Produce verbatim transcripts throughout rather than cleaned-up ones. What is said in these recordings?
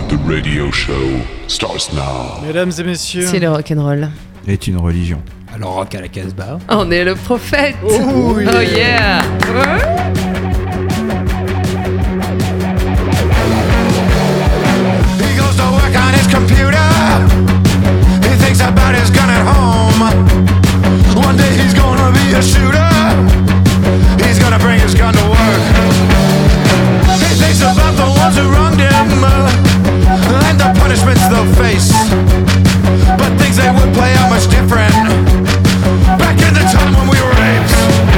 The radio show starts now. Mesdames et messieurs, c'est le rock'n'roll. Est une religion. Alors rock à la Casbah. On est le prophète. Oh yeah, oh yeah. Ouais. He goes to work on his computer. He thinks about his gun at home. One day he's gonna be a shooter. He's gonna bring his gun to work. He thinks about the ones who wronged him uh, and the punishments they'll face. But things they would play out much different back in the time when we were apes.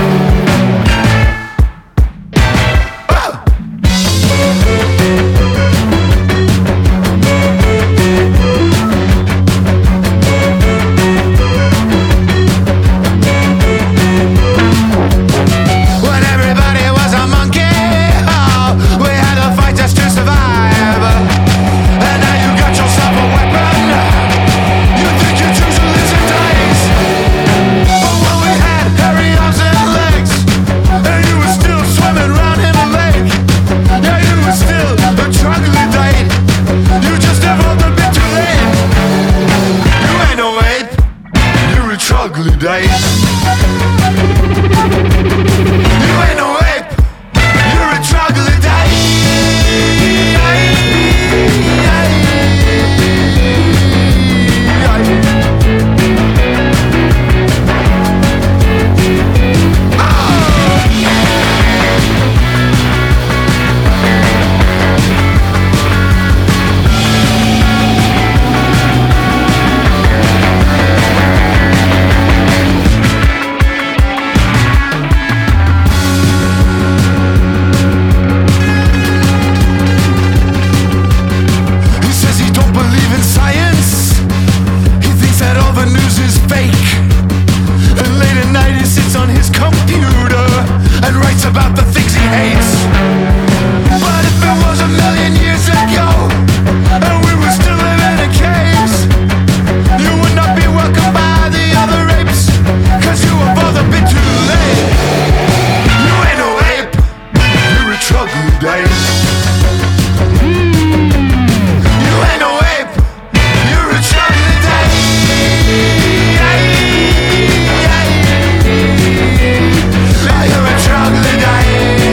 Ah! When everybody was a monkey, oh, we had to fight just to survive. And now you got yourself a weapon. You think you choose to live and dies. But when we had hairy arms and legs, and you were still swimming around in a lake. Yeah, you were still a troglodyte. You just evolved a bit too late. You ain't no ape, you're a troglodyte. You ain't no ape, you're a troglodyte. He says he don't believe in science. He thinks that all the news is fake. And late at night he sits on his computer and writes about the things he hates. But if it was a million years ago and we were still living in caves, you would not be welcomed by the other apes, cause you evolved a bit too late. You ain't no ape, you're a troglodyte. You ain't no ape, you're a troglodyte. You're a troglodyte.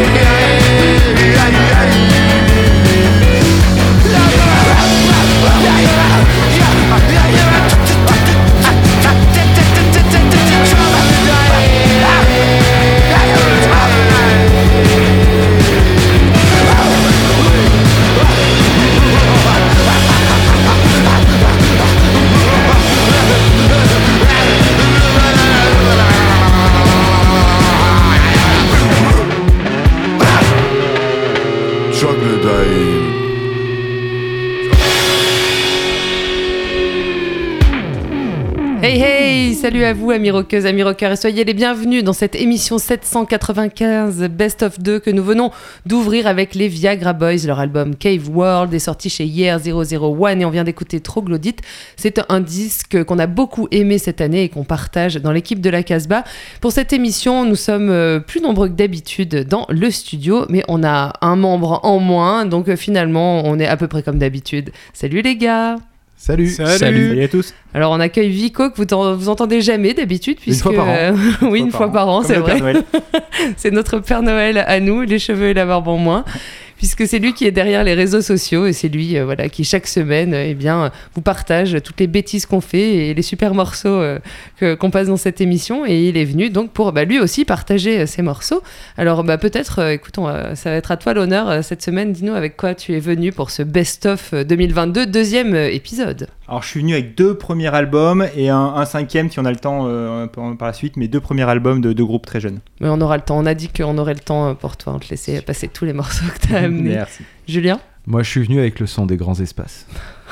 Hey hey, salut à vous amis rockeuses, amis rockeurs et soyez les bienvenus dans cette émission sept cent quatre-vingt-quinze Best of deux que nous venons d'ouvrir avec les Viagra Boys. Leur album Cave World est sorti chez Year zéro zéro un et on vient d'écouter Troglodyte. C'est un disque qu'on a beaucoup aimé cette année et qu'on partage dans l'équipe de la Casbah. Pour cette émission, nous sommes plus nombreux que d'habitude dans le studio, mais on a un membre en moins, donc finalement on est à peu près comme d'habitude. Salut les gars! Salut. Salut. Salut à tous. Alors on accueille Vico que vous, t'en- vous entendez jamais d'habitude puisque fois par an. euh, oui une fois par an, Comme c'est le Père vrai. Noël. C'est notre Père Noël à nous, les cheveux et la barbe en moins. Puisque c'est lui qui est derrière les réseaux sociaux et c'est lui euh, voilà, qui chaque semaine euh, eh bien, vous partage toutes les bêtises qu'on fait et les super morceaux euh, que, qu'on passe dans cette émission. Et il est venu donc pour bah, lui aussi partager euh, ces morceaux. Alors bah, peut-être, euh, écoute, on va- ça va être à toi l'honneur euh, cette semaine. Dis-nous avec quoi tu es venu pour ce best-of euh, deux mille vingt-deux, deuxième euh, épisode. Alors je suis venu avec deux premiers albums et un, un cinquième si on a le temps euh, par, par la suite, mais deux premiers albums de deux groupes très jeunes. Mais on aura le temps, on a dit qu'on aurait le temps euh, pour toi. On te laissait passer tous les morceaux que tu as amenés. Merci. Julien, Moi, je suis venu avec le son des grands espaces.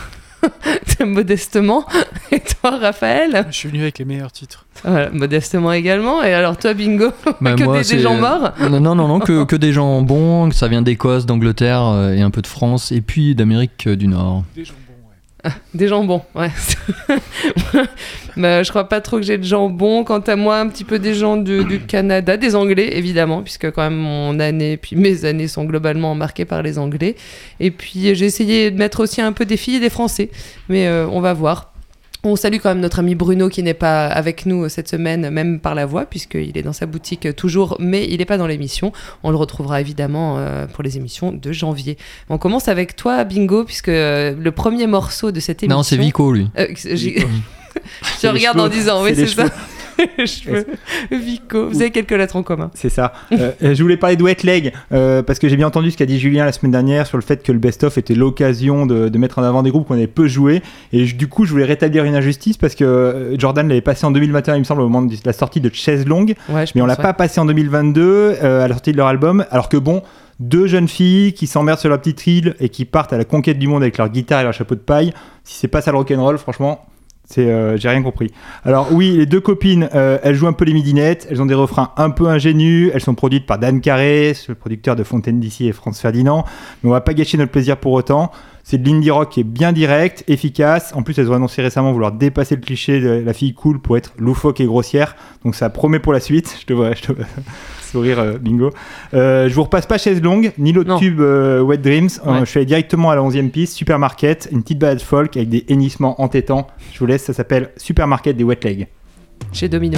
modestement. Et toi, Raphaël? Je suis venu avec les meilleurs titres. Voilà, modestement également. Et alors toi, Bingo? Bah, que moi, des, c'est- des gens morts? Non, non, non, non que, que des gens bons, que ça vient d'Écosse, d'Angleterre euh, et un peu de France, et puis d'Amérique euh, du Nord. Des jambons, ouais. Des jambons, ouais. Bah, je crois pas trop que j'ai de jambon. Quant à moi, un petit peu des gens du, du Canada, des Anglais évidemment, puisque quand même mon année, puis mes années sont globalement marquées par les Anglais. Et puis j'ai essayé de mettre aussi un peu des filles et des Français, mais euh, on va voir. On salue quand même notre ami Bruno qui n'est pas avec nous cette semaine, même par la voix, puisqu'il est dans sa boutique toujours, mais il n'est pas dans l'émission. On le retrouvera évidemment euh, pour les émissions de janvier. On commence avec toi, Bingo, puisque euh, le premier morceau de cette émission... Non, c'est Vico, lui. Euh, j'ai... Je regarde en disant, oui, c'est, c'est ça. Cheveux. Vico, vous avez quelques lettres en commun. C'est ça. Euh, je voulais parler de Wet Leg euh, parce que j'ai bien entendu ce qu'a dit Julien la semaine dernière sur le fait que le best-of était l'occasion de, de mettre en avant des groupes qu'on avait peu joué. Et je, du coup, je voulais rétablir une injustice parce que Jordan l'avait passé en deux mille vingt et un, il me semble, au moment de la sortie de Chaise Longue. Ouais, mais on l'a ouais. pas passé en deux mille vingt-deux euh, à la sortie de leur album. Alors que bon, deux jeunes filles qui s'emmerdent sur leur petite île et qui partent à la conquête du monde avec leur guitare et leur chapeau de paille. Si c'est pas ça le rock'n'roll, franchement. C'est, euh, j'ai rien compris. Alors oui, les deux copines, euh, elles jouent un peu les midinettes, elles ont des refrains un peu ingénus, elles sont produites par Dan Carré, le producteur de Fontaine D C et Franz Ferdinand, mais on va pas gâcher notre plaisir pour autant. C'est de l'indie rock qui est bien direct, efficace. En plus, elles ont annoncé récemment vouloir dépasser le cliché de la fille cool pour être loufoque et grossière, donc ça promet pour la suite. Je te vois, je te vois sourire, euh, Bingo. Euh, je vous repasse pas Chaise Longue, ni l'autre Non. tube euh, Wet Dreams. Euh, Ouais. je suis allé directement à la onzième piste, Supermarket, une petite balade folk avec des hennissements entêtants. Je vous laisse, ça s'appelle Supermarket des Wet Legs. Chez Domino.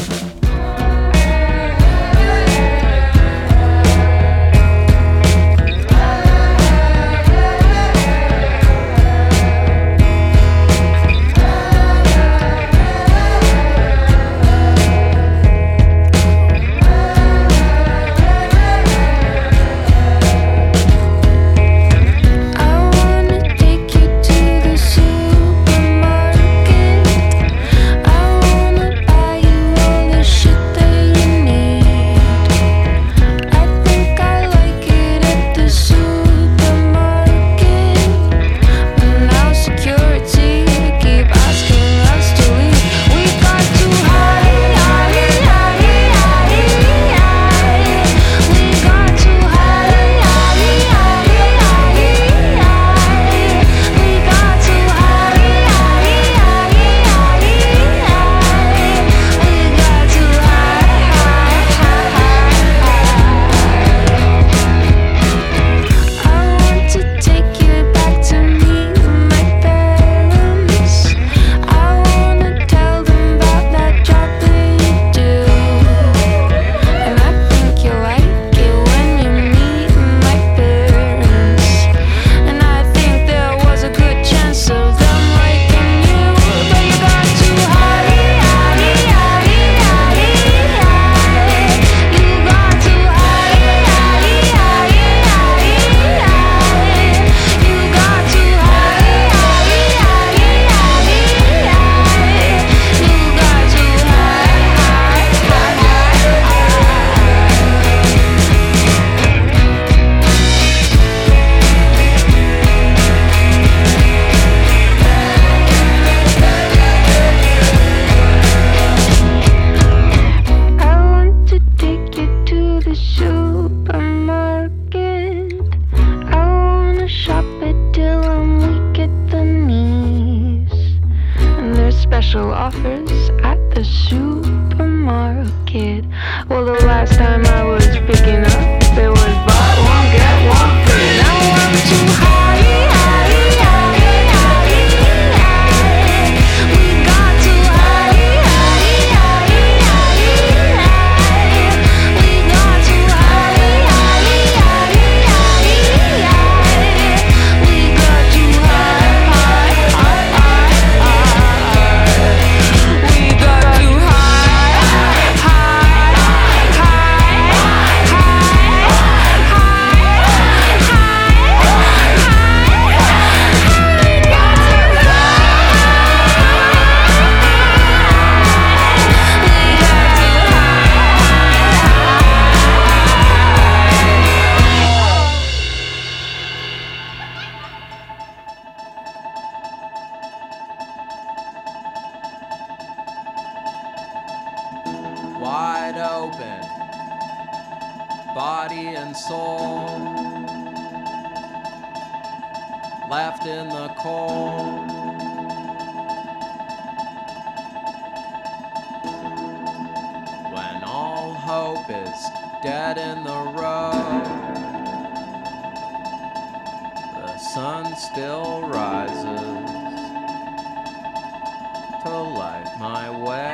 special offers at the supermarket. Well, the last time I was picking up, there was buy one, get one free. Now I'm too high, high, high, high, high. We got too high, high, high, high, high. We got too high, high, high, high, high. We got too high, high, high, high, high. We got too high, high, high, Wide open, body and soul, left in the cold. is dead in the road. The sun still rises to light my way.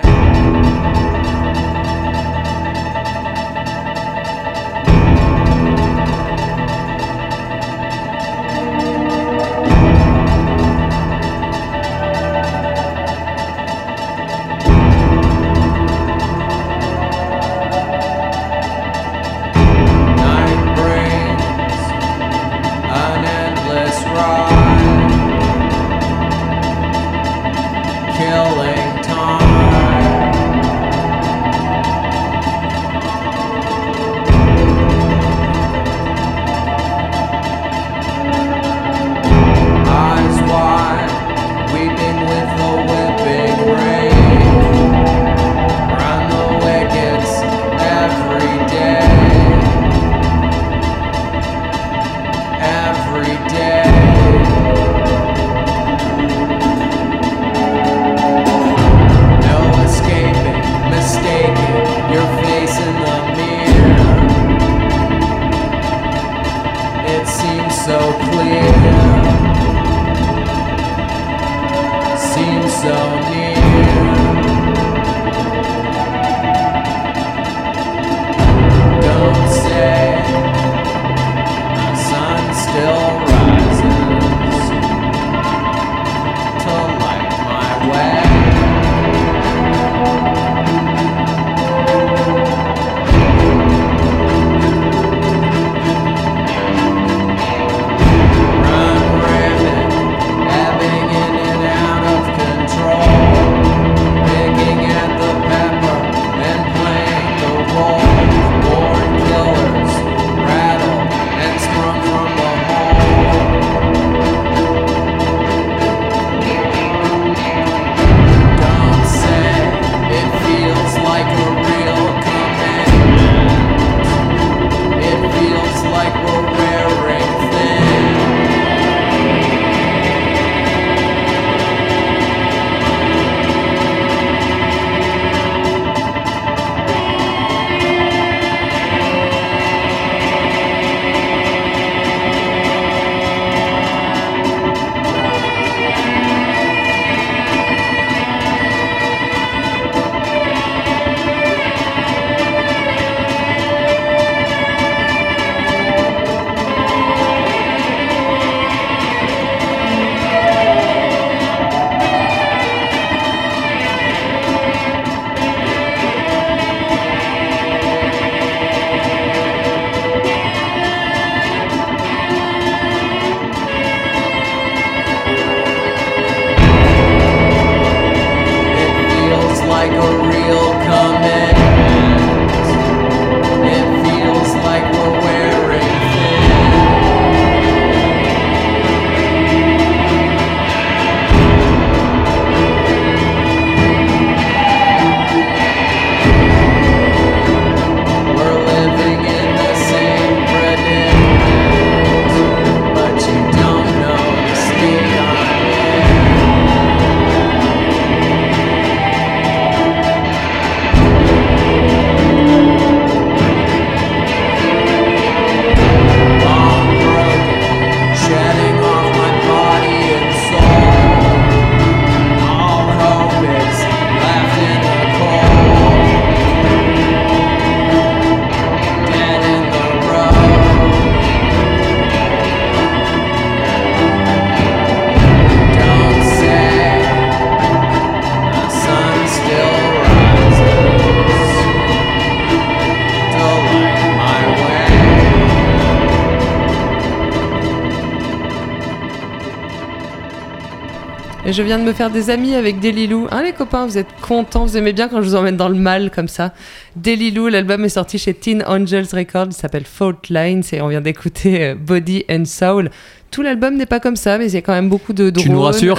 Et je viens de me faire des amis avec Delilou. Hein les copains, vous êtes contents, vous aimez bien quand je vous emmène dans le mal comme ça. Delilou, l'album est sorti chez Teen Angels Records, il s'appelle Fault Lines et on vient d'écouter euh, Body and Soul. Tout l'album n'est pas comme ça, mais il y a quand même beaucoup de drones. Tu nous rassures.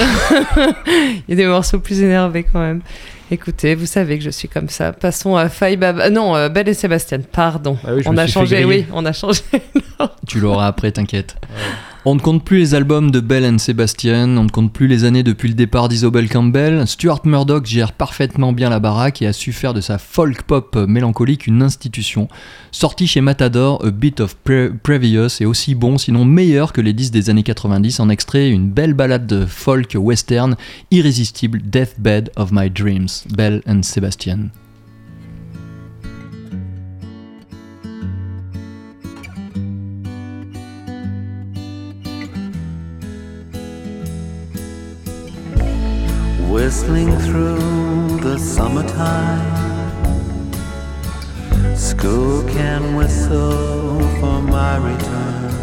Il y a des morceaux plus énervés quand même. Écoutez, vous savez que je suis comme ça. Passons à Faye Baba. Non, euh, Belle et Sébastien, pardon. Ah oui, je on me a suis changé, fait griller. oui, on a changé. Tu l'auras après, t'inquiète. Ouais. On ne compte plus les albums de Bell and Sebastian, on ne compte plus les années depuis le départ d'Isobel Campbell. Stuart Murdoch gère parfaitement bien la baraque et a su faire de sa folk pop mélancolique une institution. Sorti chez Matador, A Bit of Pre- Previous est aussi bon, sinon meilleur que les disques des années quatre-vingt-dix. En extrait, une belle balade de folk western irrésistible, Deathbed of My Dreams, Bell and Sebastian. Whistling through the summertime, school can whistle for my return.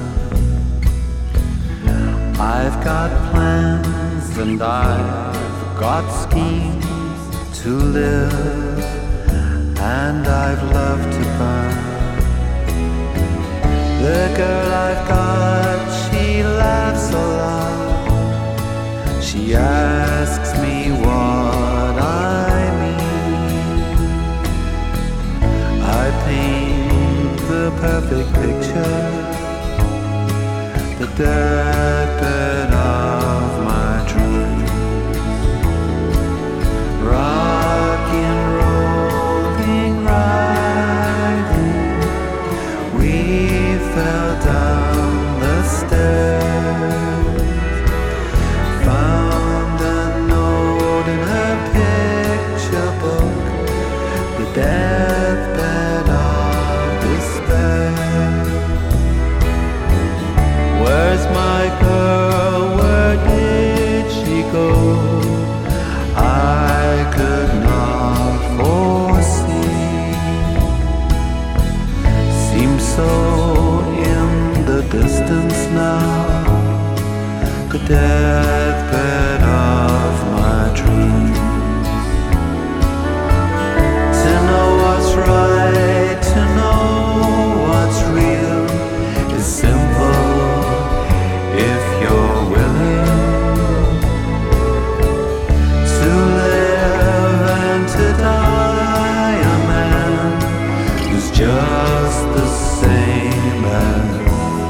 I've got plans and I've got schemes to live, and I've love to burn. The girl I've got, she laughs a lot. She asks me what I mean. I paint the perfect picture, the deathbed of my dreams. Rocking, rolling, riding, we fell down the stairs. Deathbed of despair. Where's my girl? Where did she go? I could not foresee. Seems so in the distance now, the deathbed of my dreams. Right to know what's real is simple if you're willing to live and to die. A man who's just the same as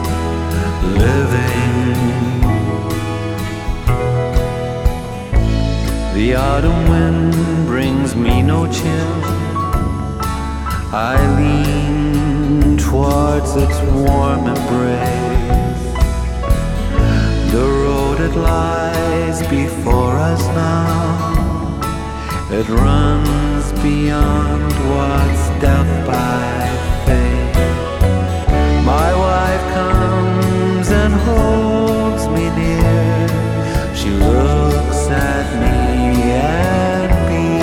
living. The autumn wind brings me no chill. I lean towards its warm embrace. The road it lies before us now, it runs beyond what's death by fate. My wife comes and holds me near. She looks at me and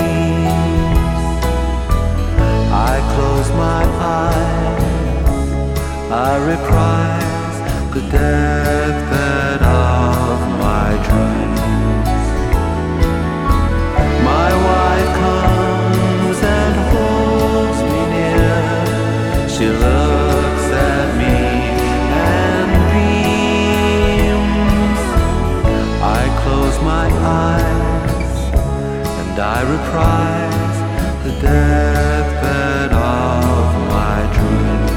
I close my eyes, I reprise the deathbed of my dreams. My wife comes and holds me near. She looks at me and beams. I close my eyes and I reprise the deathbed of my dreams.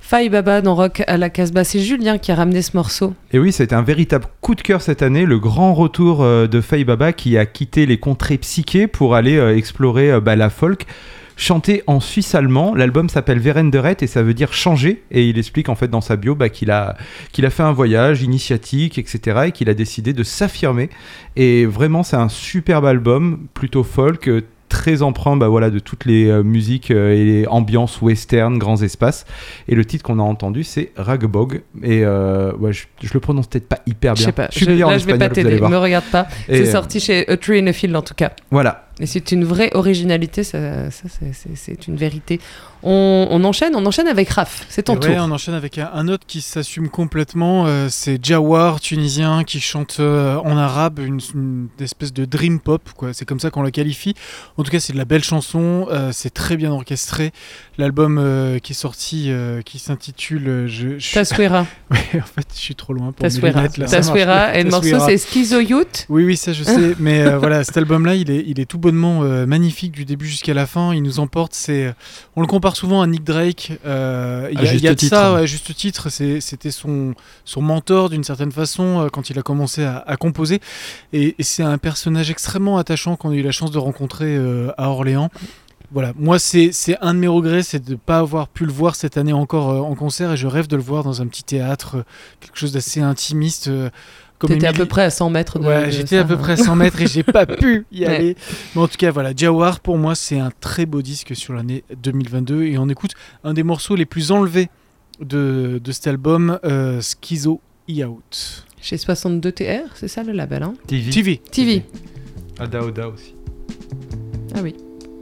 Faye Baba dans Rock à la Casbah. C'est Julien qui a ramené ce morceau. Et oui, c'était un véritable coup de cœur cette année, le grand retour euh, de Faye Baba qui a quitté les contrées psychées pour aller euh, explorer euh, bah, la folk. Chanté en suisse allemand, l'album s'appelle Veränderhet et ça veut dire changer, et il explique en fait dans sa bio bah, qu'il a, qu'il a fait un voyage initiatique, et cetera, et qu'il a décidé de s'affirmer. Et vraiment, c'est un superbe album, plutôt folk, euh, très empreint bah, voilà, de toutes les euh, musiques euh, et les ambiances western, grands espaces. Et le titre qu'on a entendu, c'est Ragbog. Et euh, ouais, je, je le prononce peut-être pas hyper bien. Je sais pas, Je suis je, meilleur en là je vais espagnol, pas vous allez t'aider, voir. me regarde pas. Et, C'est euh, sorti chez A Tree in a Field en tout cas. Voilà. Et c'est une vraie originalité, ça, ça c'est, c'est, c'est une vérité. On, on enchaîne, on enchaîne avec Raph, c'est ton Et tour. ouais, on enchaîne avec un, un autre qui s'assume complètement, euh, c'est Jawar, tunisien, qui chante euh, en arabe, une, une espèce de dream pop, quoi. C'est comme ça qu'on la qualifie. En tout cas, c'est de la belle chanson, euh, c'est très bien orchestré. L'album euh, qui est sorti, euh, qui s'intitule... euh, je, je... Taswira. Ouais, en fait, je suis trop loin pour mes Taswira. lunettes, là, ça marche Taswira, plus. et le morceau Taswira. c'est Schizo Youth. Oui, oui, ça je sais, mais euh, voilà, cet album-là, il est, il est tout bonnement euh, magnifique du début jusqu'à la fin. Il nous emporte, c'est, on le compare souvent à Nick Drake. Euh, il À y a, il y a juste de ça, titre. ouais, à juste titre. C'est, c'était son, son mentor d'une certaine façon euh, quand il a commencé à, à composer. Et, et c'est un personnage extrêmement attachant qu'on a eu la chance de rencontrer euh, à Orléans. Voilà, moi c'est, c'est un de mes regrets, c'est de ne pas avoir pu le voir cette année encore euh, en concert, et je rêve de le voir dans un petit théâtre, euh, quelque chose d'assez intimiste. Euh, comme T'étais à Émilie- peu près à cent mètres de. Ouais, de j'étais ça, à peu hein. près à cent mètres et j'ai pas pu y Ouais. aller. Mais en tout cas, voilà, Jawar, pour moi, c'est un très beau disque sur l'année deux mille vingt-deux. Et on écoute un des morceaux les plus enlevés de, de cet album, euh, Schizo E-Out. Chez soixante-deux T R, c'est ça le label, hein T V. T V. T V. Ada Oda aussi. Ah oui.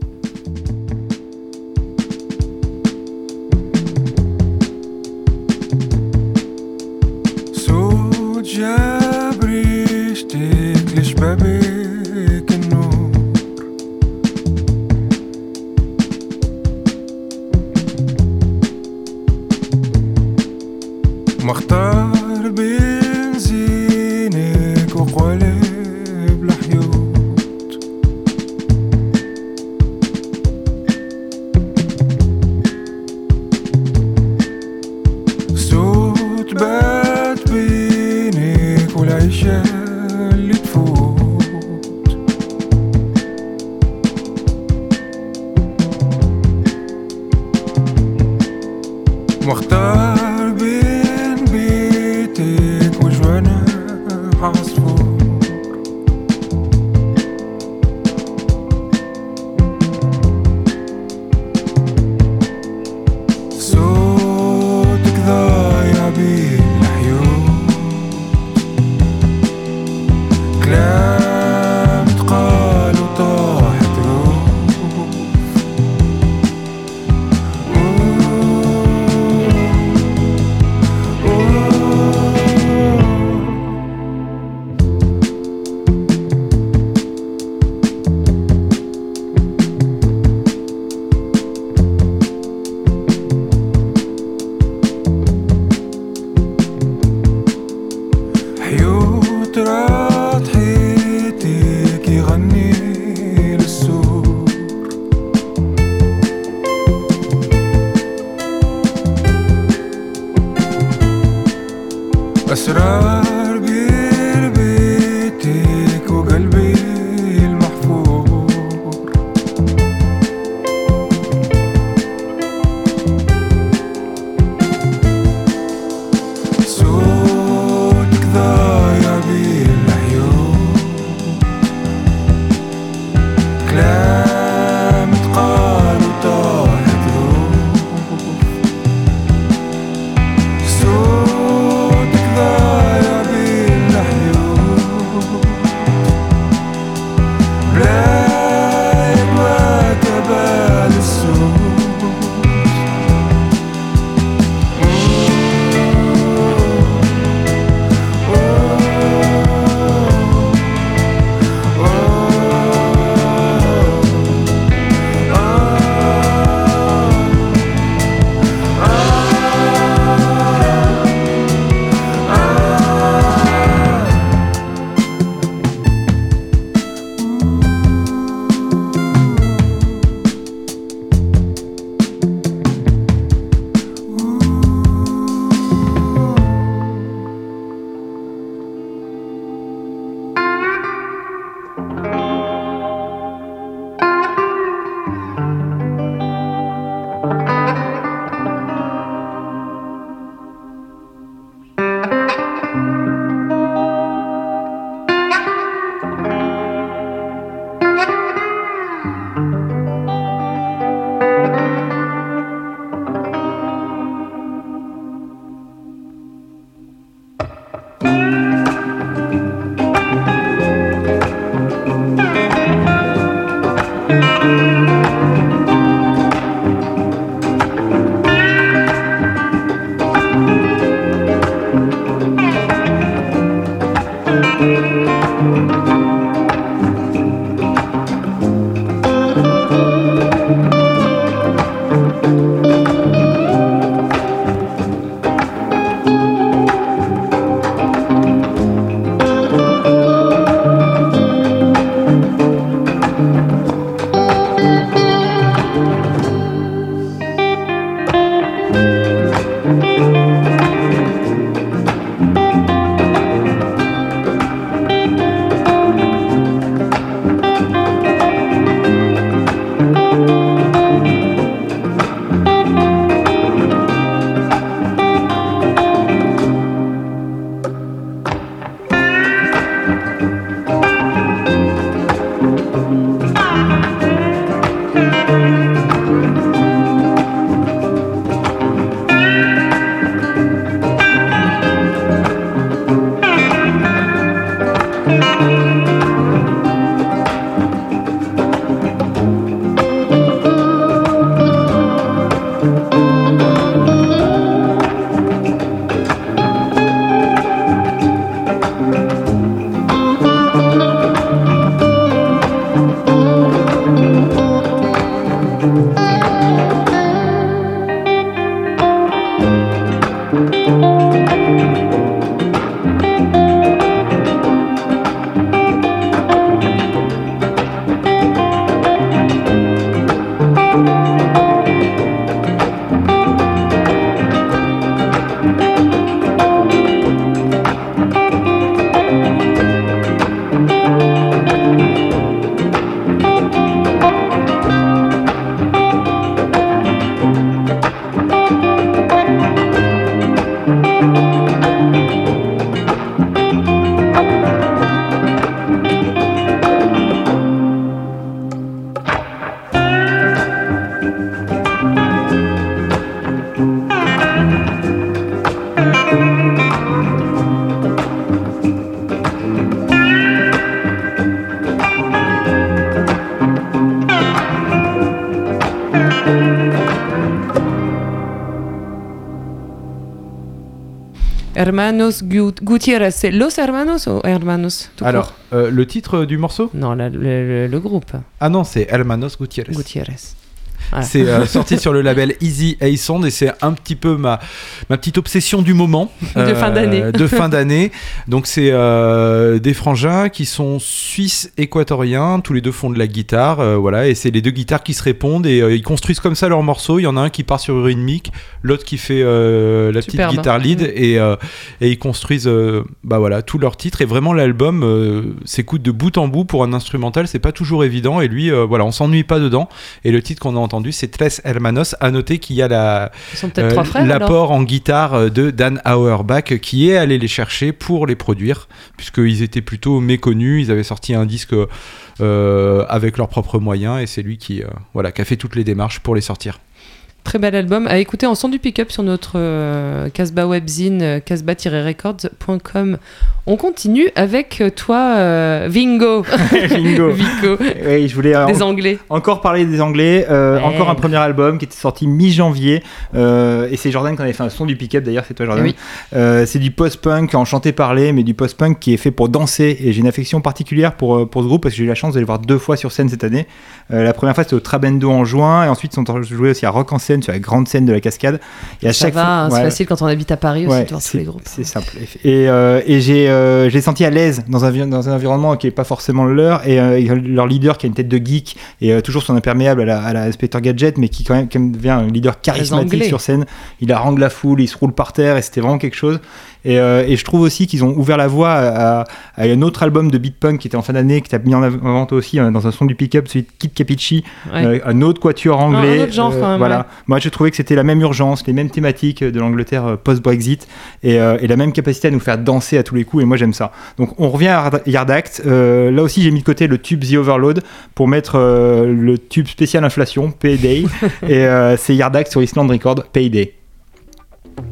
صوت جابري يشتاق لشبابيك النور مختار بين زينك وقوالب الحيوط صوت بات بينك والعيشة اللي تفوت مختار بين بيتك وجوانا عصفور صوتك ضايع بين الحيوط كلام تقال وطاحت روح حيوط رات حياتك يغني للسور أسرار بين بيتك وقلبي المحفور صوتك ضايع بين الحيوط كلام تقال وطاحت روح صوتك ضايع Hermanos Gu- Gutiérrez, c'est Los Hermanos ou Hermanos tout Alors, court euh, le titre du morceau? Non, la- le, le- le groupe. Ah non, c'est Hermanos Gutiérrez. Gutiérrez. Voilà. C'est euh, sorti sur le label Easy A Sound et c'est un petit peu ma, ma petite obsession du moment. De fin d'année. De fin d'année. Donc c'est euh, des frangins qui sont suisses équatoriens, tous les deux font de la guitare, euh, voilà, et c'est les deux guitares qui se répondent et euh, ils construisent comme ça leurs morceaux. Il y en a un qui part sur une rythmique, l'autre qui fait euh, la Superbe. petite guitare lead Mmh. et, euh, et ils construisent euh, bah voilà, tous leurs titres et vraiment l'album euh, s'écoute de bout en bout. Pour un instrumental, c'est pas toujours évident et lui, euh, voilà, on s'ennuie pas dedans. Et le titre qu'on a entendu, c'est Tres Hermanos. À noter qu'il y a la, Ils sont peut-être trois frères, l'apport en guitare de Dan Auerbach qui est allé les chercher pour les produire, puisqu'ils étaient plutôt méconnus. Ils avaient sorti un disque euh, avec leurs propres moyens et c'est lui qui, euh, voilà, qui a fait toutes les démarches pour les sortir. Très bel album à écouter en son du pick-up sur notre euh, Casbah webzine euh, casbah tiret records point com. On continue avec euh, toi euh, Vingo. Vingo. Vico. Oui, je voulais euh, Des en- Anglais. encore parler des Anglais. euh, Ouais. Encore un premier album qui était sorti mi-janvier. euh, et c'est Jordan qui en avait fait un son du pick-up d'ailleurs, c'est toi Jordan. Oui. Euh, c'est du post-punk en chanté-parlé, mais du post-punk qui est fait pour danser. Et j'ai une affection particulière pour, euh, pour ce groupe parce que j'ai eu la chance de les voir deux fois sur scène cette année. Euh, la première fois c'était au Trabendo en juin et ensuite ils sont joués aussi à Rock en scène sur la grande scène de la Cascade. Et à Ça chaque va, fois, hein, c'est ouais. facile quand on habite à Paris aussi Ouais, de voir tous c'est- les groupes. C'est simple. Et, euh, et j'ai, euh, je l'ai senti à l'aise dans un, vi- dans un environnement qui n'est pas forcément le leur. Et euh, leur leader qui a une tête de geek et euh, toujours son imperméable à la, à la Inspector Gadget, mais qui quand même, quand même devient un leader charismatique Anglais. sur scène. Il harangue la foule, il se roule par terre et c'était vraiment quelque chose. Et, euh, et je trouve aussi qu'ils ont ouvert la voie à, à- à un autre album de beat punk qui était en fin d'année, qui t'a mis en av- en vente aussi hein, dans un son du pick-up, celui de Kid Capici, Ouais. euh, un autre quatuor anglais. Un- un autre genre, quand même, voilà. ouais. Moi, j'ai trouvé que c'était la même urgence, les mêmes thématiques de l'Angleterre euh, post-Brexit et, euh, et la même capacité à nous faire danser à tous les coups. Et moi, j'aime ça. Donc, on revient à Hard- Yard Act. Euh, là aussi, j'ai mis de côté le tube The Overload pour mettre euh, le tube spécial inflation, Payday. et euh, c'est Yard Act sur Island Record, Payday.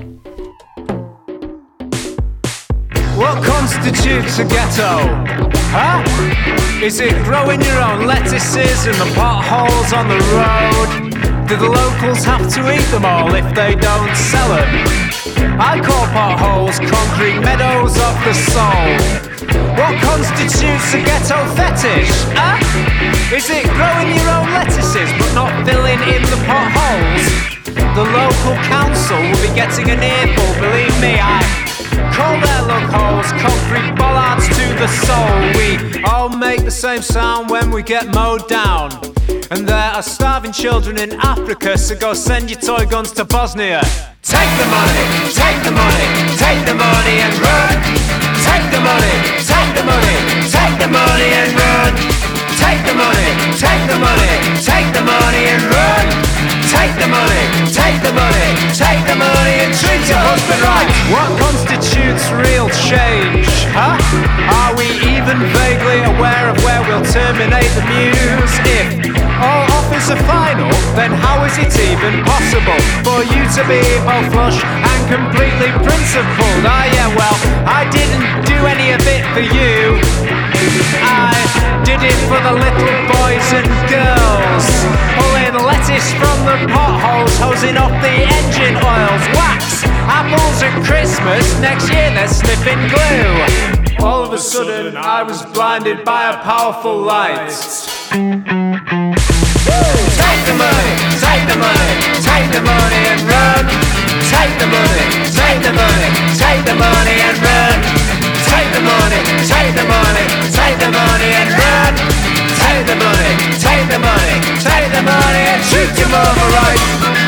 What constitutes a ghetto? Huh? Is it growing your own lettuces in the potholes on the road? Do the locals have to eat them all if they don't sell them? I call potholes concrete meadows of the soul. What constitutes a ghetto fetish? Huh? Is it growing your own lettuces but not filling in the potholes? The local council will be getting an earful, believe me, I call their loopholes concrete bollards to the soul. We all make the same sound when we get mowed down. And there are starving children in Africa, so go send your toy guns to Bosnia. Take the money, take the money, take the money and run. Take the money, take the money, take the money and run. Take the money, take the money, take the money and run. Take the money, take the money, take the money and treat your husband right. What constitutes real change, huh? Are we even vaguely aware of where we'll terminate the muse? If all offers are final, then how is it even possible for you to be both flush and completely principled? Ah yeah, well, I didn't do any of it for you. I did it for the little boys and girls, pulling lettuce from the potholes, hosing off the engine oils. Wax, apples at Christmas, next year they're sniffing glue. All of a sudden I was blinded by a powerful light. Take the money, take the money, take the money and run. Take the money, take the money, take the money and run. Take the money, take the money, take the money and run. Take the money, take the money, take the money and treat your mother right.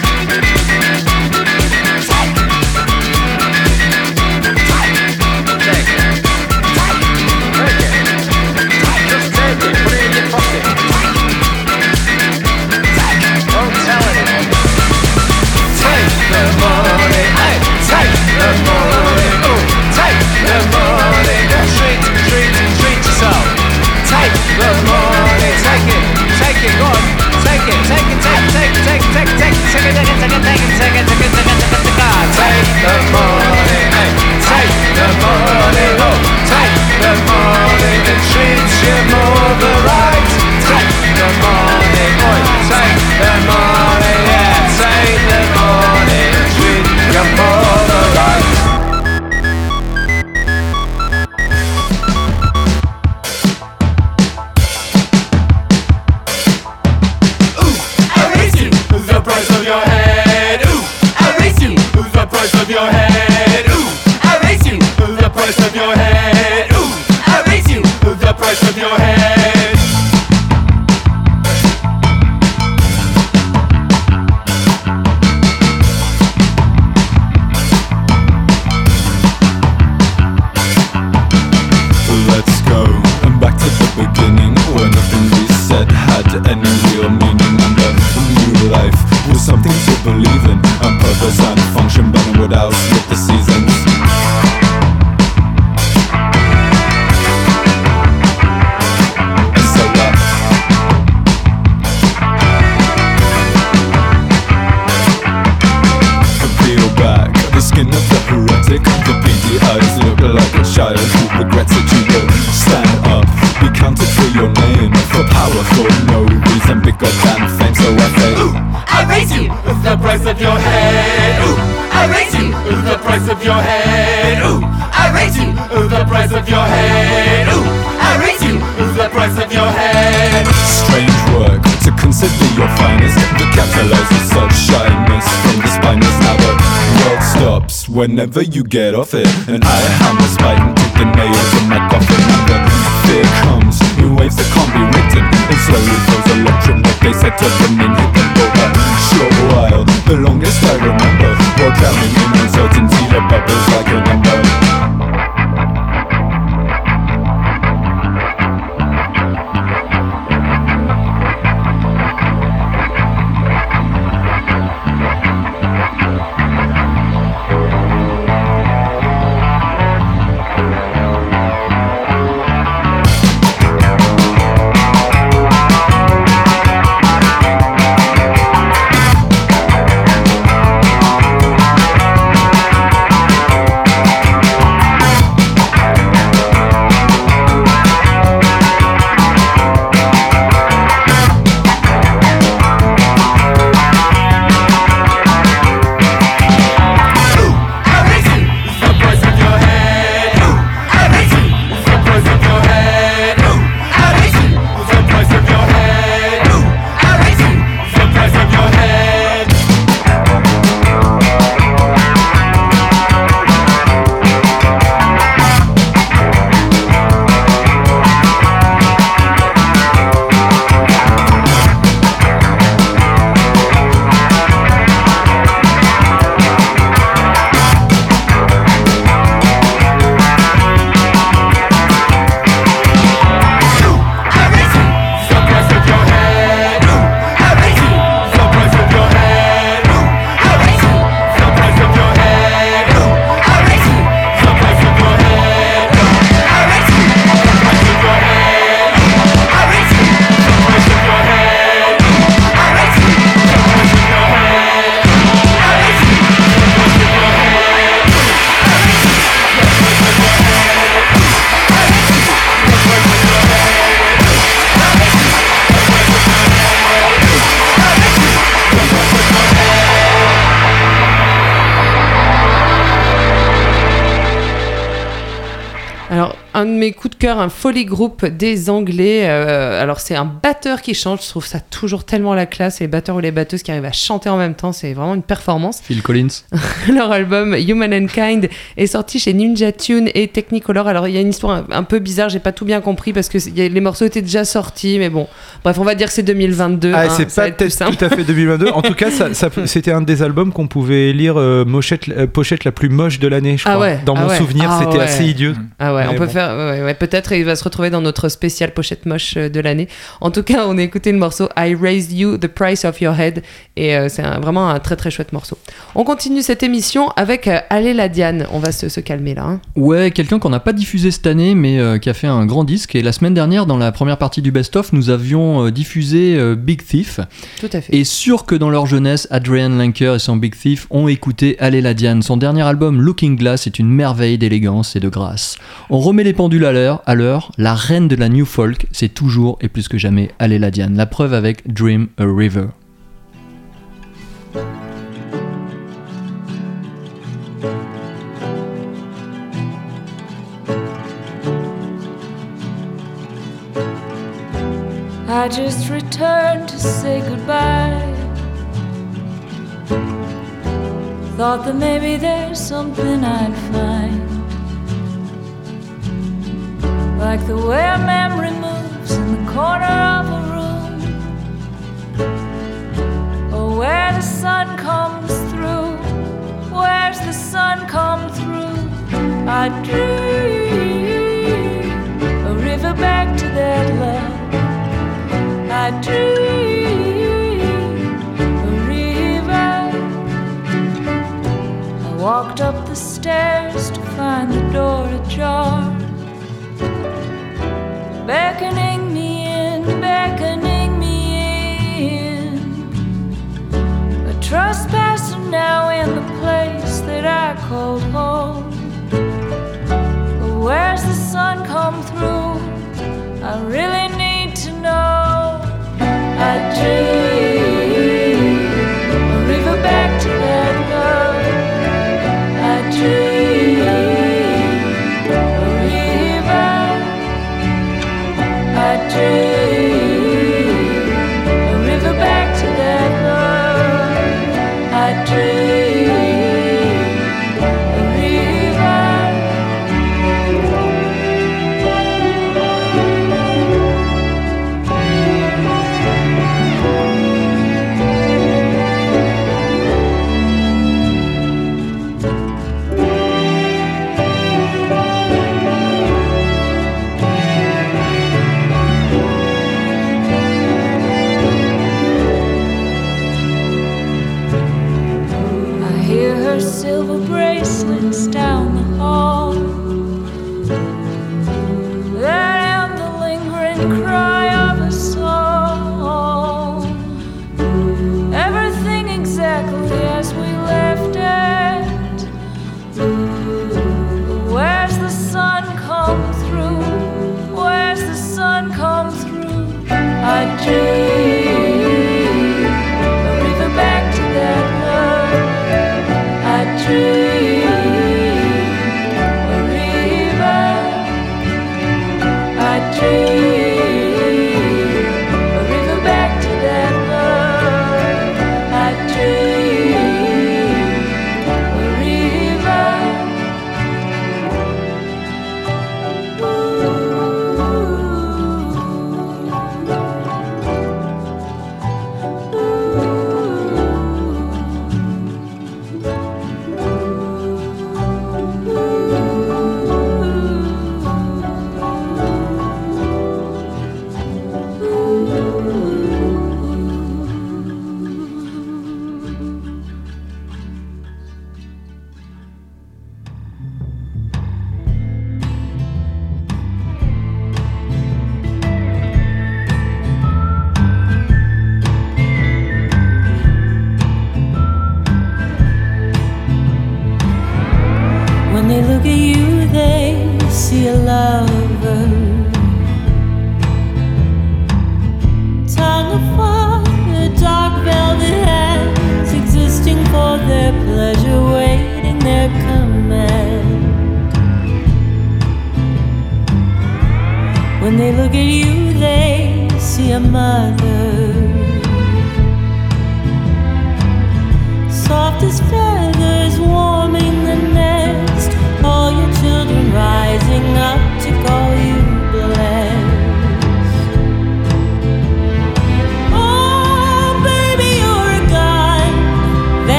Whenever you get off it, and I hammer spite and put the nails in my coffin. And the fear comes in waves that can't be written. It slowly flows electric, like they said to them in hit them for a short while. The longest I remember, while drowning in uncertainty, the bubbles like an ember. un de mes coups de cœur, un Folly Group des Anglais. Euh, alors c'est un batteur qui chante, je trouve ça toujours tellement la classe, les batteurs ou les batteuses qui arrivent à chanter en même temps, c'est vraiment une performance. Phil Collins. Leur album Human and Kind est sorti chez Ninja Tune et Technicolor. Alors il y a une histoire un, un peu bizarre, j'ai pas tout bien compris parce que y a, les morceaux étaient déjà sortis, mais bon, bref, on va dire que c'est deux mille vingt-deux. Ah, hein, c'est ça va pas être plus peut-être simple. tout à fait deux mille vingt-deux. En tout cas, ça, ça- c'était un des albums qu'on pouvait lire euh, mochette- euh, pochette la plus moche de l'année, je Ah crois. ouais, Dans ah mon ouais. souvenir, Ah c'était ouais. assez idiot. Ah ouais, Mais on peut bon. faire. Ouais, ouais, peut-être il va se retrouver dans notre spécial pochette moche euh, de l'année. En tout cas, on a écouté le morceau I Raised You, The Price of Your Head, et euh, c'est un- vraiment un très très chouette morceau. On continue cette émission avec euh, Allez la Diane. On va se, se calmer là. Hein. Ouais, quelqu'un qu'on n'a pas diffusé cette année, mais euh, qui a fait un grand disque. Et la semaine dernière, dans la première partie du best-of, nous avions euh, diffusé euh, Big Thief. Tout à fait. Et sûr que dans leur jeunesse, Adrian Lenker et son Big Thief ont écouté Allez la Diane. Son dernier album, Looking Glass, est une merveille d'élégance et de grâce. On remet les pendules à l'heure. À l'heure, la reine de la New Folk, c'est toujours et plus que jamais Allez la Diane. La preuve avec Dream a River. I just returned to say goodbye. Thought that maybe there's something I'd find, like the way a memory moves in the corner of a room, or where the sun comes through. Where's the sun come through? I dream a river back to that love. I dream a river. I walked up the stairs to find the door ajar, beckoning me in, beckoning me in. A trespasser now in the place that I called home. But where's the sun come through? I really need to know. I dream a river back to that love. I dream a river. I dream a river back to that love. I dream a river.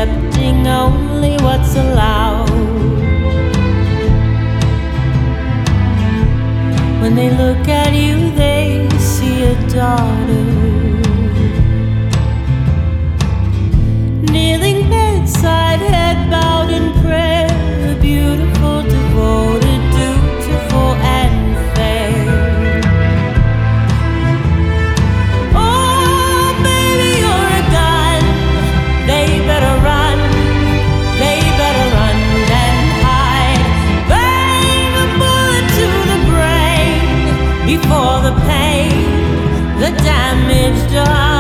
accepting only what's allowed. When they look at you, they see a daughter. Kneeling bedside, head bowed in prayer, beautiful, devoted, dutiful, and fair. Oh, baby, you're a gun. They better run. They better run and hide. Bang a bullet to the brain before the pain, the damage done.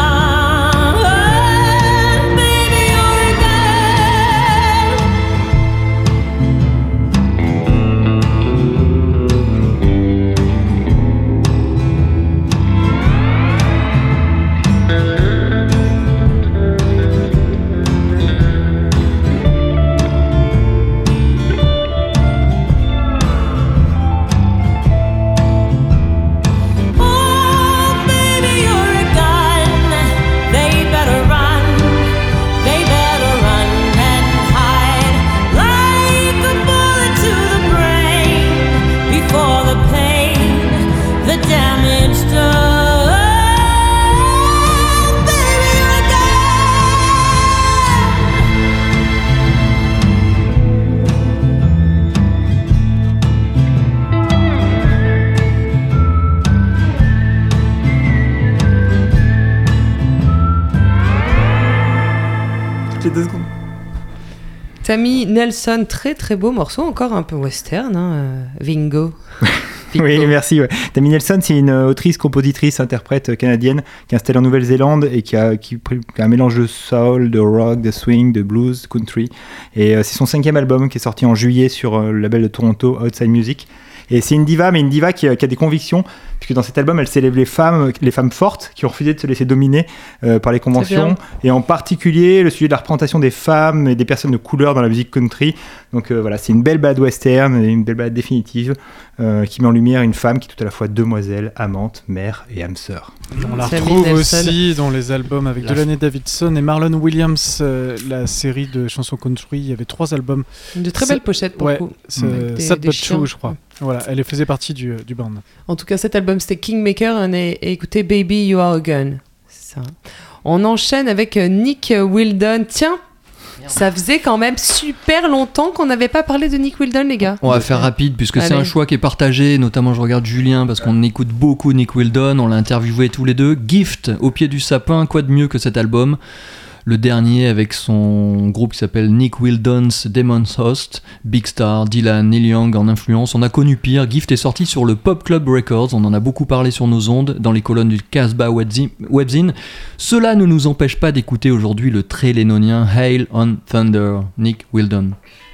Tammy Nelson, très très beau morceau, encore un peu western, hein, euh, Vingo. Oui, merci. Ouais. Tammy Nelson, c'est une autrice, compositrice, interprète canadienne qui est installée en Nouvelle-Zélande et qui a, qui, qui a un mélange de soul, de rock, de swing, de blues, country. Et euh, c'est son cinquième album qui est sorti en juillet sur euh, le label de Toronto, Outside Music. Et c'est une diva, mais une diva qui, qui a des convictions, puisque dans cet album, elle célèbre les femmes, les femmes fortes qui ont refusé de se laisser dominer euh, par les conventions, et en particulier le sujet de la représentation des femmes et des personnes de couleur dans la musique country. Donc euh, voilà, c'est une belle balade western, une belle balade définitive, euh, qui met en lumière une femme qui est tout à la fois demoiselle, amante, mère et âme sœur. On la retrouve aussi dans les albums avec Delaney Davidson et Marlon Williams, euh, la série de chansons country. Il y avait trois albums. De très belles pochettes pour ouais, le coup. C'est Sad But True, je crois. Voilà, elle faisait partie du, du band. En tout cas, cet album, c'était Kingmaker. Et, et écoutez, Baby, You Are a Gun. C'est ça. On enchaîne avec Nick Wildon. Tiens, ça faisait quand même super longtemps qu'on n'avait pas parlé de Nick Wildon, les gars. On va faire rapide puisque Allez. c'est un choix qui est partagé, notamment je regarde Julien parce qu'on écoute beaucoup Nick Wildon, on l'a interviewé tous les deux. Gift, au pied du sapin, quoi de mieux que cet album ? Le dernier avec son groupe qui s'appelle Nick Wildon's Demon's Host, Big Star, Dylan, Neil Young en influence. On a connu pire. Gift est sorti sur le Pop Club Records. On en a beaucoup parlé sur nos ondes, dans les colonnes du Casbah Webzine. Cela ne nous empêche pas d'écouter aujourd'hui le très lénonien Hail on Thunder, Nick Wildon.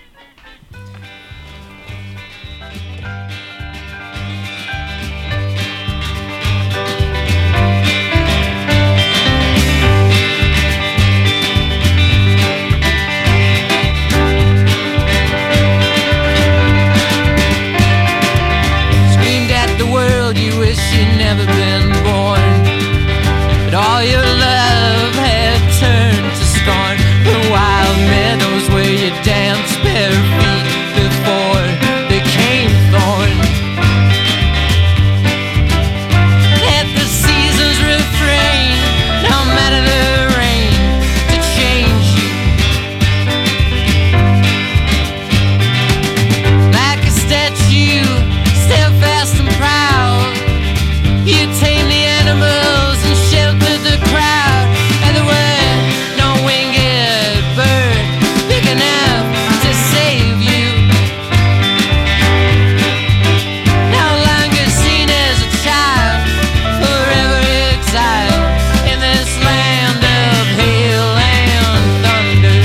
Never been born, but all your love had turned to scorn. The wild meadows where you danced bare feet before they came thorn. Let the seasons refrain, no matter the rain, to change you. Like a statue, steadfast and proud. You tame the animals and shelter the crowd. And there were no winged bird big enough to save you. No longer seen as a child, forever exiled in this land of hail and thunder.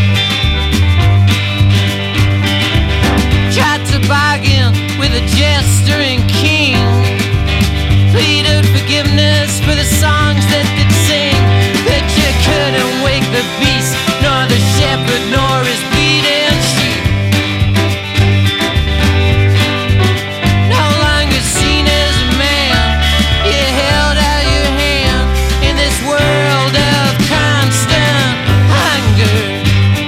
Tried to bargain with a gesturing king, pleaded forgiveness for the songs that they'd sing, but you couldn't wake the beast, nor the shepherd, nor his bleeding sheep. No longer seen as a man, you held out your hand in this world of constant hunger.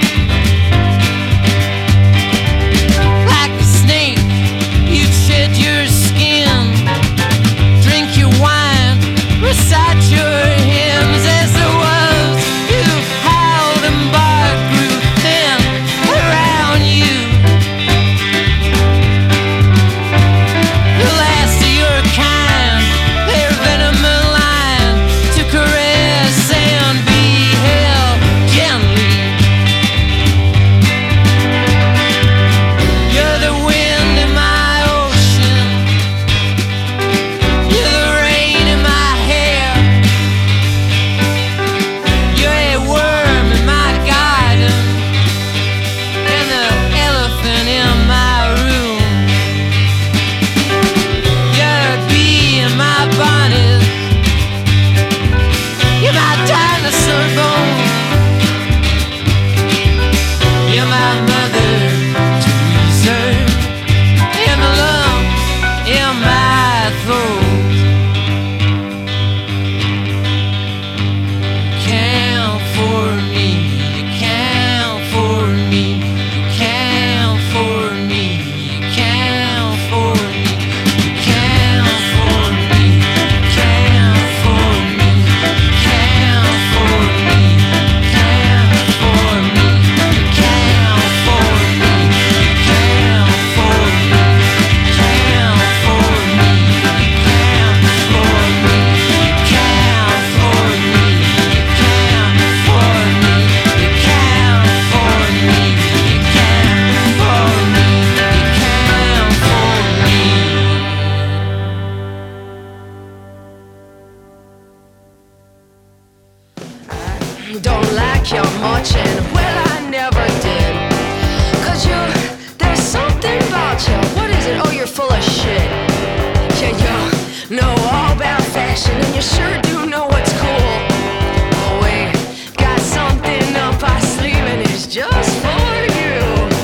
like you're much, and well, I never did. Cause you, there's something about you. What is it? Oh, you're full of shit. Yeah, you know all about fashion, and you sure do know what's cool. Oh, wait, got something up our sleeve, and it's just for you.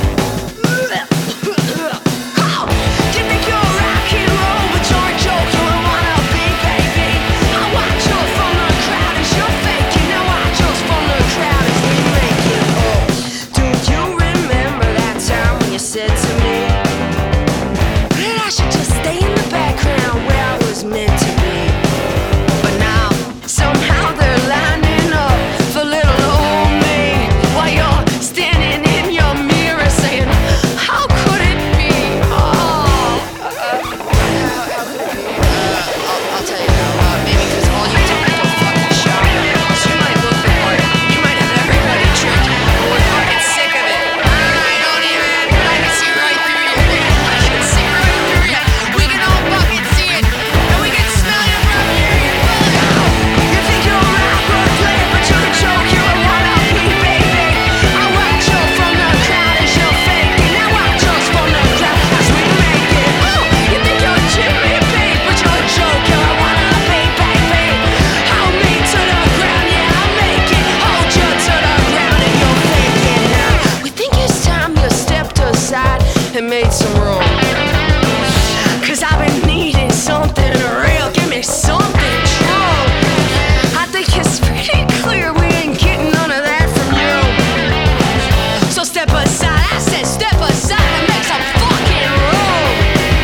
Oh, you think you're rock and roll, but you're a joke. You don't wanna be, baby. I watch you from the crowd as you're faking. I watch us from the crowd as we make it. Oh, do you remember that time when you said to me that I should just stay in the background where I was meant to be? But now, somehow they're lining up for little old me, while you're standing in your mirror saying, how could it be? Oh, uh, uh, how, how could it be? Uh, I'll, I'll tell you now, uh, maybe because all you do is go fucking shop. So you might look the part, you might have everybody tricked, but we're fucking sick of it. I don't even, I can see right through you, man. I can see right through you. We can all fucking see it, and we can smell you from here. You're full of hell. You think you're a rapper, player, but you're a joke. You're a wannabe, baby. I watch you from the crowd as you're faking. I watch us from the crowd as we make it. Oh, you think you're a Jimmy, babe, but you're a joke. You're a wannabe, baby. Hold me to the ground, yeah, I'll make it. Hold you to the ground and you're faking now. We think it's time you stepped aside and made some room. Cause I've been needing something real. Give me something true. I think it's pretty clear we ain't getting none of that from you. So step aside, I said step aside and make some fucking room.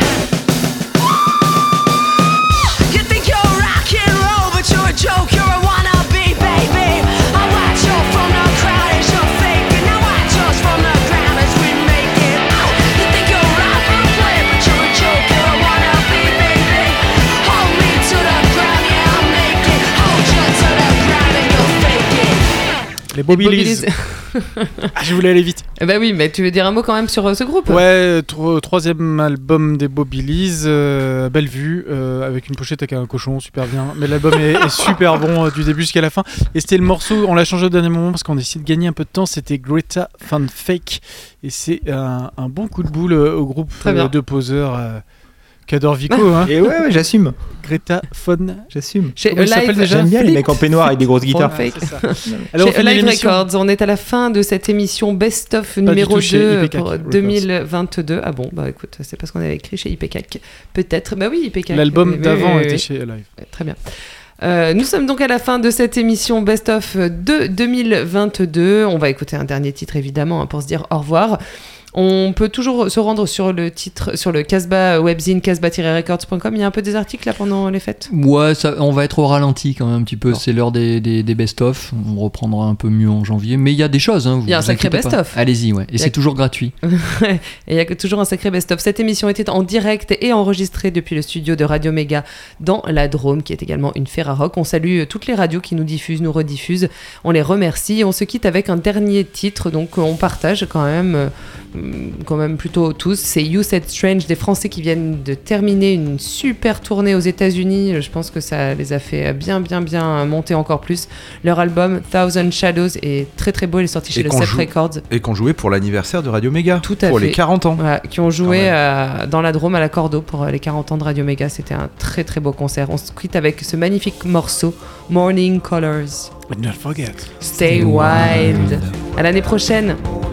You think you're rock and roll, but you're a joke. You're a wannabe, baby. I watch you from the crowd as you're faking. I watch us from the ground as we make it. Oh, you think you're a rapper, player, but you're a joke. You're a wannabe, baby. Hold me to the ground, yeah, I'll make it. Hold you to the ground and you'll fake it. Les Bobby Bobby Lees. Lees. Ah, je voulais aller vite. Eh bah oui, mais tu veux dire un mot quand même sur euh, ce groupe? Ouais, tro- troisième album des Bobby Lees, euh, belle vue, euh, avec une pochette avec un cochon, super bien. Mais l'album est, est super bon euh, du début jusqu'à la fin. Et c'était le morceau, on l'a changé au dernier moment parce qu'on a essayé de gagner un peu de temps. C'était Greta Van Fake. Et c'est un, un bon coup de boule euh, au groupe Très bien. euh, de poseurs euh, qu'adore Vico. Hein. Et ouais, ouais, j'assume. Greta Von. J'assume. Chez Comment il s'appelle Alive- déjà J'aime bien les mecs en peignoir avec des grosses guitares. Fake. Alors, on Chez finit Alive l'émission. Records, on est à la fin de cette émission Best of du numéro tout, chez deux Ipecac pour Records. deux mille vingt-deux. Ah bon, bah écoute, c'est parce qu'on avait écrit chez Ipecac. Peut-être. Bah oui, Ipecac. L'album Oui, oui, d'avant oui, était oui. chez Alive. Ouais, très bien. Euh, nous sommes donc à la fin de cette émission Best of de deux mille vingt-deux. On va écouter un dernier titre évidemment hein, pour se dire au revoir. On peut toujours se rendre sur le titre, sur le Casbah webzine, casbah tiret records point com. Il y a un peu des articles là pendant les fêtes. Ouais, ça, on va être au ralenti quand même un petit peu. C'est l'heure des, des, des best-of. On reprendra un peu mieux en janvier. Mais il y a des choses. Hein, Il y a un vous sacré inquiétez pas. best-of. Allez-y, ouais. Et Il y a- c'est toujours gratuit. Et il y a toujours un sacré best-of. Cette émission était en direct et enregistrée depuis le studio de Radio Méga dans la Drôme, qui est également une Ferrarock. On salue toutes les radios qui nous diffusent, nous rediffusent. On les remercie. On se quitte avec un dernier titre, donc on partage quand même, euh, quand même plutôt tous. C'est You Said Strange, des Français qui viennent de terminer une super tournée aux États-Unis. Je pense que ça les a fait bien, bien, bien monter encore plus. Leur album Thousand Shadows est très, très beau. Il est sorti chez Et le qu'on Sep joue- Records. Et qu'on jouait pour l'anniversaire de Radio Méga. Tout à pour fait. les quarante ans. Voilà, qui ont joué euh, dans la Drôme à la Cordeau pour euh, les quarante ans de Radio Méga. C'était un très très beau concert. On se quitte avec ce magnifique morceau Morning Colors. But not forget. Stay wild. À l'année prochaine.